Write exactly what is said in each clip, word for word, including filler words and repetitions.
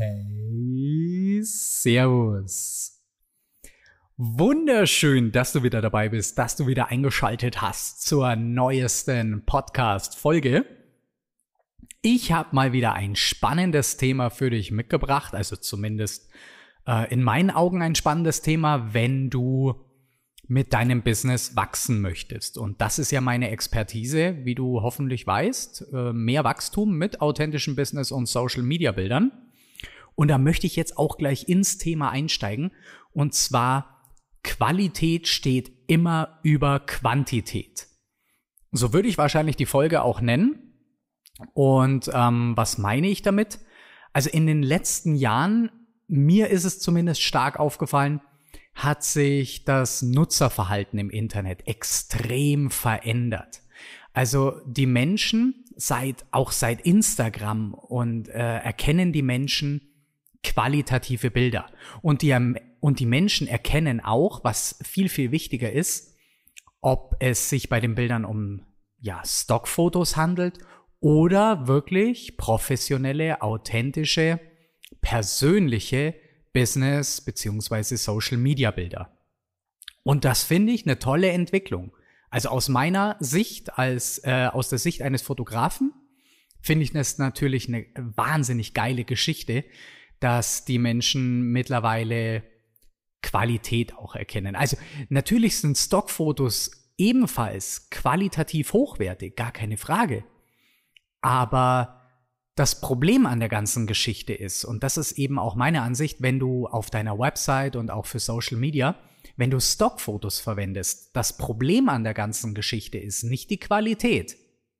Hey, Servus. Wunderschön, dass du wieder dabei bist, dass du wieder eingeschaltet hast zur neuesten Podcast-Folge. Ich habe mal wieder ein spannendes Thema für dich mitgebracht, also zumindest äh, in meinen Augen ein spannendes Thema, wenn du mit deinem Business wachsen möchtest. Und das ist ja meine Expertise, wie du hoffentlich weißt, äh, mehr Wachstum mit authentischen Business- und Social-Media-Bildern. Und da möchte ich jetzt auch gleich ins Thema einsteigen. Und zwar, Qualität steht immer über Quantität. So würde ich wahrscheinlich die Folge auch nennen. Und ähm, was meine ich damit? Also in den letzten Jahren, mir ist es zumindest stark aufgefallen, hat sich das Nutzerverhalten im Internet extrem verändert. Also die Menschen, seit auch seit Instagram und äh, erkennen die Menschen qualitative Bilder. Und die, und die Menschen erkennen auch, was viel, viel wichtiger ist, ob es sich bei den Bildern um ja, Stockfotos handelt oder wirklich professionelle, authentische, persönliche Business- bzw. Social-Media-Bilder. Und das finde ich eine tolle Entwicklung. Also aus meiner Sicht, als äh, aus der Sicht eines Fotografen, finde ich das natürlich eine wahnsinnig geile Geschichte, dass die Menschen mittlerweile Qualität auch erkennen. Also natürlich sind Stockfotos ebenfalls qualitativ hochwertig, gar keine Frage. Aber das Problem an der ganzen Geschichte ist, und das ist eben auch meine Ansicht, wenn du auf deiner Website und auch für Social Media, wenn du Stockfotos verwendest, das Problem an der ganzen Geschichte ist nicht die Qualität.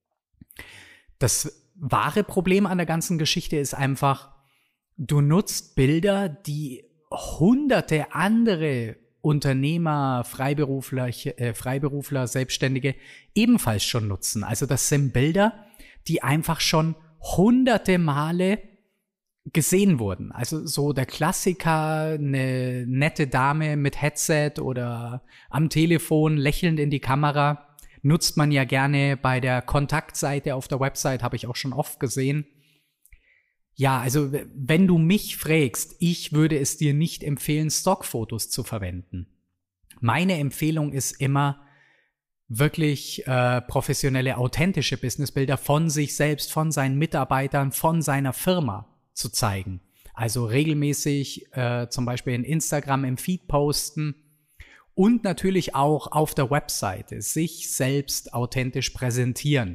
Das wahre Problem an der ganzen Geschichte ist einfach, du nutzt Bilder, die hunderte andere Unternehmer, Freiberufler, äh, Freiberufler, Selbstständige ebenfalls schon nutzen. Also das sind Bilder, die einfach schon hunderte Male gesehen wurden. Also so der Klassiker, eine nette Dame mit Headset oder am Telefon lächelnd in die Kamera, nutzt man ja gerne bei der Kontaktseite auf der Website, habe ich auch schon oft gesehen. Ja, also wenn du mich fragst, ich würde es dir nicht empfehlen, Stockfotos zu verwenden. Meine Empfehlung ist immer, wirklich äh, professionelle, authentische Businessbilder von sich selbst, von seinen Mitarbeitern, von seiner Firma zu zeigen. Also regelmäßig äh, zum Beispiel in Instagram im Feed posten und natürlich auch auf der Webseite sich selbst authentisch präsentieren.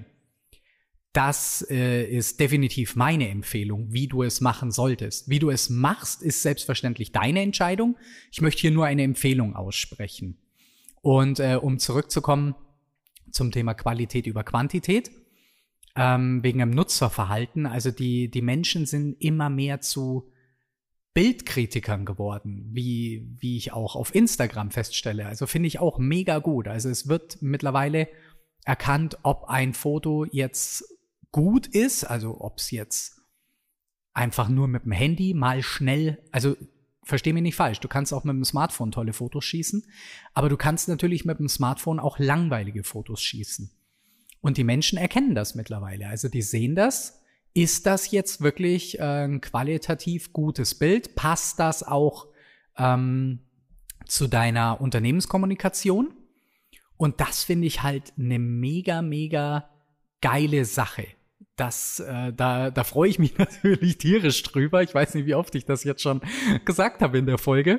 Das äh, ist definitiv meine Empfehlung, wie du es machen solltest. Wie du es machst, ist selbstverständlich deine Entscheidung. Ich möchte hier nur eine Empfehlung aussprechen. Und äh, um zurückzukommen zum Thema Qualität über Quantität, ähm, wegen dem Nutzerverhalten. Also die, die Menschen sind immer mehr zu Bildkritikern geworden, wie, wie ich auch auf Instagram feststelle. Also finde ich auch mega gut. Also es wird mittlerweile erkannt, ob ein Foto jetzt gut ist, also ob es jetzt einfach nur mit dem Handy mal schnell, also versteh mich nicht falsch, du kannst auch mit dem Smartphone tolle Fotos schießen, aber du kannst natürlich mit dem Smartphone auch langweilige Fotos schießen. Und die Menschen erkennen das mittlerweile, also die sehen das. Ist das jetzt wirklich ein qualitativ gutes Bild? Passt das auch ähm, zu deiner Unternehmenskommunikation? Und das finde ich halt eine mega, mega geile Sache. Das, äh, da, da freue ich mich natürlich tierisch drüber. Ich weiß nicht, wie oft ich das jetzt schon gesagt habe in der Folge.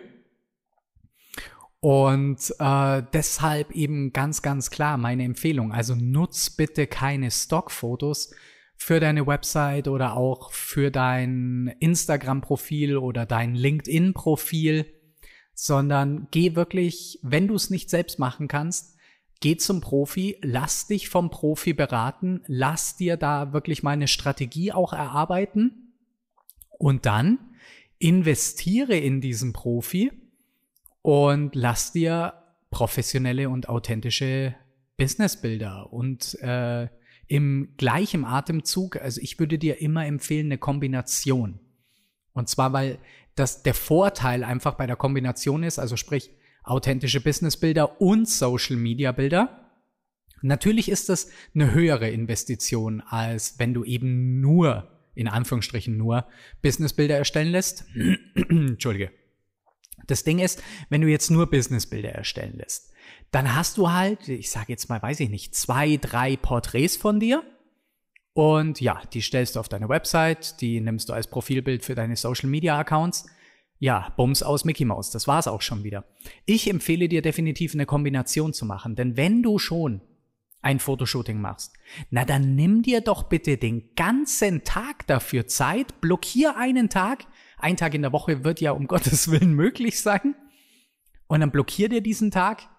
Und äh, deshalb eben ganz, ganz klar meine Empfehlung. Also nutz bitte keine Stockfotos für deine Website oder auch für dein Instagram-Profil oder dein LinkedIn-Profil, sondern geh wirklich, wenn du es nicht selbst machen kannst, geh zum Profi, lass dich vom Profi beraten, lass dir da wirklich mal eine Strategie auch erarbeiten und dann investiere in diesen Profi und lass dir professionelle und authentische Businessbilder und äh, im gleichen Atemzug, also ich würde dir immer empfehlen, eine Kombination. Und zwar, weil das der Vorteil einfach bei der Kombination ist, also sprich, authentische Businessbilder und Social-Media-Bilder. Natürlich ist das eine höhere Investition, als wenn du eben nur in Anführungsstrichen nur Businessbilder erstellen lässt. Entschuldige. Das Ding ist, wenn du jetzt nur Businessbilder erstellen lässt, dann hast du halt, ich sage jetzt mal, weiß ich nicht, zwei, drei Porträts von dir und ja, die stellst du auf deine Website, die nimmst du als Profilbild für deine Social-Media-Accounts. Ja, Bums aus Mickey Mouse, das war's auch schon wieder. Ich empfehle dir definitiv eine Kombination zu machen, denn wenn du schon ein Fotoshooting machst, na dann nimm dir doch bitte den ganzen Tag dafür Zeit, blockier einen Tag, ein Tag in der Woche wird ja um Gottes Willen möglich sein und dann blockier dir diesen Tag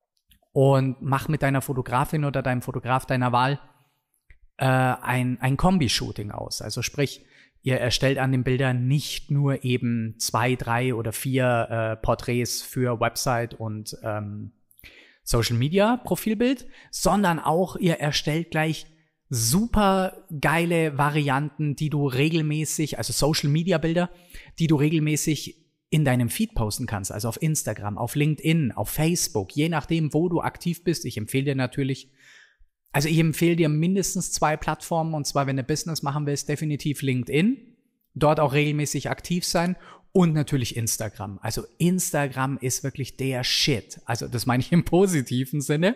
und mach mit deiner Fotografin oder deinem Fotograf deiner Wahl äh, ein, ein Kombi-Shooting aus. Also sprich, ihr erstellt an den Bildern nicht nur eben zwei, drei oder vier äh, Porträts für Website und ähm, Social Media Profilbild, sondern auch ihr erstellt gleich super geile Varianten, die du regelmäßig, also Social Media Bilder, die du regelmäßig in deinem Feed posten kannst, also auf Instagram, auf LinkedIn, auf Facebook, je nachdem, wo du aktiv bist. Ich empfehle dir natürlich, also ich empfehle dir mindestens zwei Plattformen, und zwar, wenn du Business machen willst, definitiv LinkedIn, dort auch regelmäßig aktiv sein und natürlich Instagram. Also Instagram ist wirklich der Shit. Also das meine ich im positiven Sinne.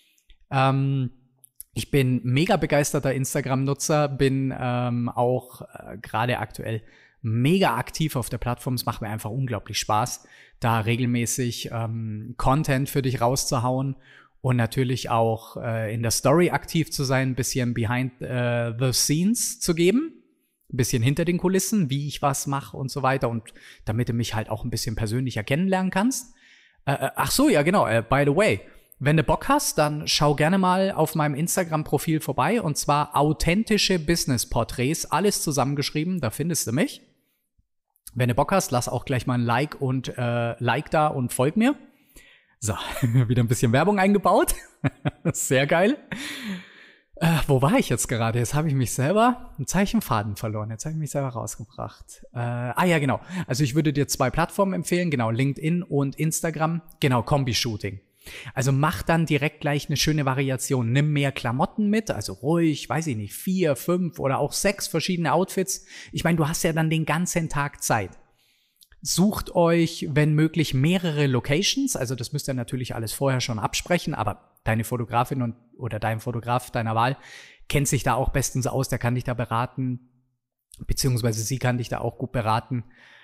Ähm, ich bin mega begeisterter Instagram-Nutzer, bin ähm, auch äh, gerade aktuell mega aktiv auf der Plattform. Es macht mir einfach unglaublich Spaß, da regelmäßig ähm, Content für dich rauszuhauen und natürlich auch äh, in der Story aktiv zu sein, ein bisschen behind äh, the scenes zu geben, ein bisschen hinter den Kulissen, wie ich was mache und so weiter, und damit du mich halt auch ein bisschen persönlicher kennenlernen kannst. Äh, ach so, ja genau, äh, by the way, wenn du Bock hast, dann schau gerne mal auf meinem Instagram-Profil vorbei, und zwar authentische Business-Porträts, alles zusammengeschrieben, da findest du mich. Wenn du Bock hast, lass auch gleich mal ein Like und äh, Like da und folg mir. So, wieder ein bisschen Werbung eingebaut. Sehr geil. Äh, wo war ich jetzt gerade? Jetzt habe ich mich selber einen Zeichenfaden verloren. Jetzt habe ich mich selber rausgebracht. Äh, ah ja, genau. Also ich würde dir zwei Plattformen empfehlen, genau, LinkedIn und Instagram. Genau, Kombi-Shooting. Also mach dann direkt gleich eine schöne Variation. Nimm mehr Klamotten mit, also ruhig, weiß ich nicht, vier, fünf oder auch sechs verschiedene Outfits. Ich meine, du hast ja dann den ganzen Tag Zeit. Sucht euch, wenn möglich, mehrere Locations. Also das müsst ihr natürlich alles vorher schon absprechen, aber deine Fotografin und, oder dein Fotograf deiner Wahl kennt sich da auch bestens aus, der kann dich da beraten, beziehungsweise sie kann dich da auch gut beraten,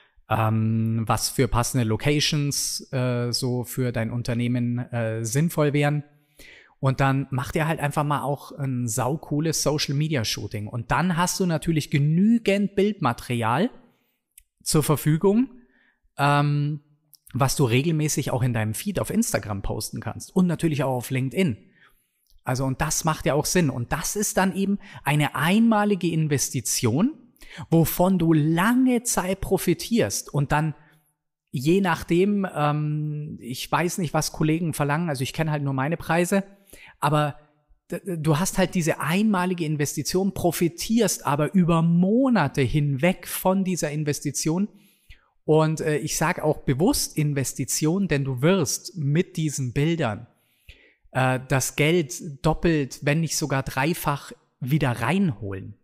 ähm, was für passende Locations äh, so für dein Unternehmen äh, sinnvoll wären. Und dann macht ihr halt einfach mal auch ein saucooles Social-Media-Shooting. Und dann hast du natürlich genügend Bildmaterial zur Verfügung, ähm, was du regelmäßig auch in deinem Feed auf Instagram posten kannst und natürlich auch auf LinkedIn. Also, und das macht ja auch Sinn. Und das ist dann eben eine einmalige Investition, wovon du lange Zeit profitierst und dann je nachdem, ähm, ich weiß nicht, was Kollegen verlangen, also ich kenne halt nur meine Preise, aber du hast halt diese einmalige Investition, profitierst aber über Monate hinweg von dieser Investition. Und äh, ich sage auch bewusst Investition, denn du wirst mit diesen Bildern äh, das Geld doppelt, wenn nicht sogar dreifach wieder reinholen.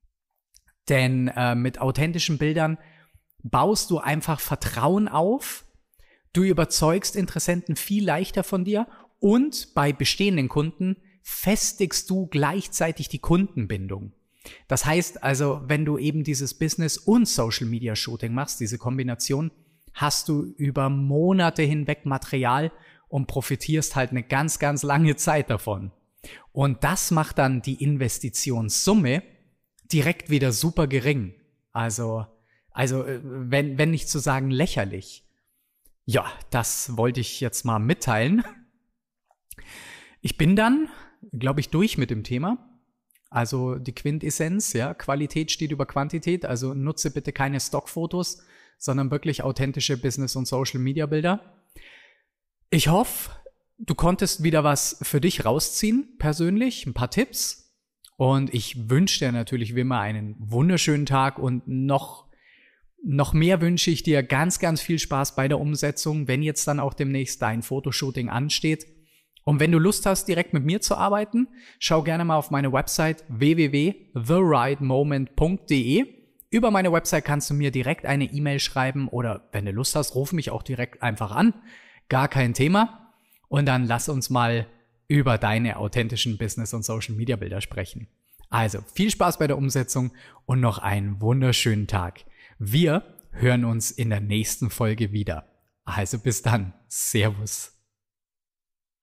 Denn äh, mit authentischen Bildern baust du einfach Vertrauen auf, du überzeugst Interessenten viel leichter von dir und bei bestehenden Kunden festigst du gleichzeitig die Kundenbindung. Das heißt also, wenn du eben dieses Business- und Social-Media-Shooting machst, diese Kombination, hast du über Monate hinweg Material und profitierst halt eine ganz, ganz lange Zeit davon. Und das macht dann die Investitionssumme direkt wieder super gering. Also, also wenn, wenn nicht zu sagen lächerlich. Ja, das wollte ich jetzt mal mitteilen. Ich bin dann, glaube ich, durch mit dem Thema. Also die Quintessenz, ja, Qualität steht über Quantität. Also nutze bitte keine Stockfotos, sondern wirklich authentische Business- und Social-Media-Bilder. Ich hoffe, du konntest wieder was für dich rausziehen, persönlich, ein paar Tipps. Und ich wünsche dir natürlich wie immer einen wunderschönen Tag und noch, noch mehr wünsche ich dir ganz, ganz viel Spaß bei der Umsetzung, wenn jetzt dann auch demnächst dein Fotoshooting ansteht. Und wenn du Lust hast, direkt mit mir zu arbeiten, schau gerne mal auf meine Website w w w punkt the right moment punkt d e. Über meine Website kannst du mir direkt eine E-Mail schreiben oder wenn du Lust hast, ruf mich auch direkt einfach an. Gar kein Thema. Und dann lass uns mal über deine authentischen Business- und Social-Media-Bilder sprechen. Also viel Spaß bei der Umsetzung und noch einen wunderschönen Tag. Wir hören uns in der nächsten Folge wieder. Also bis dann. Servus.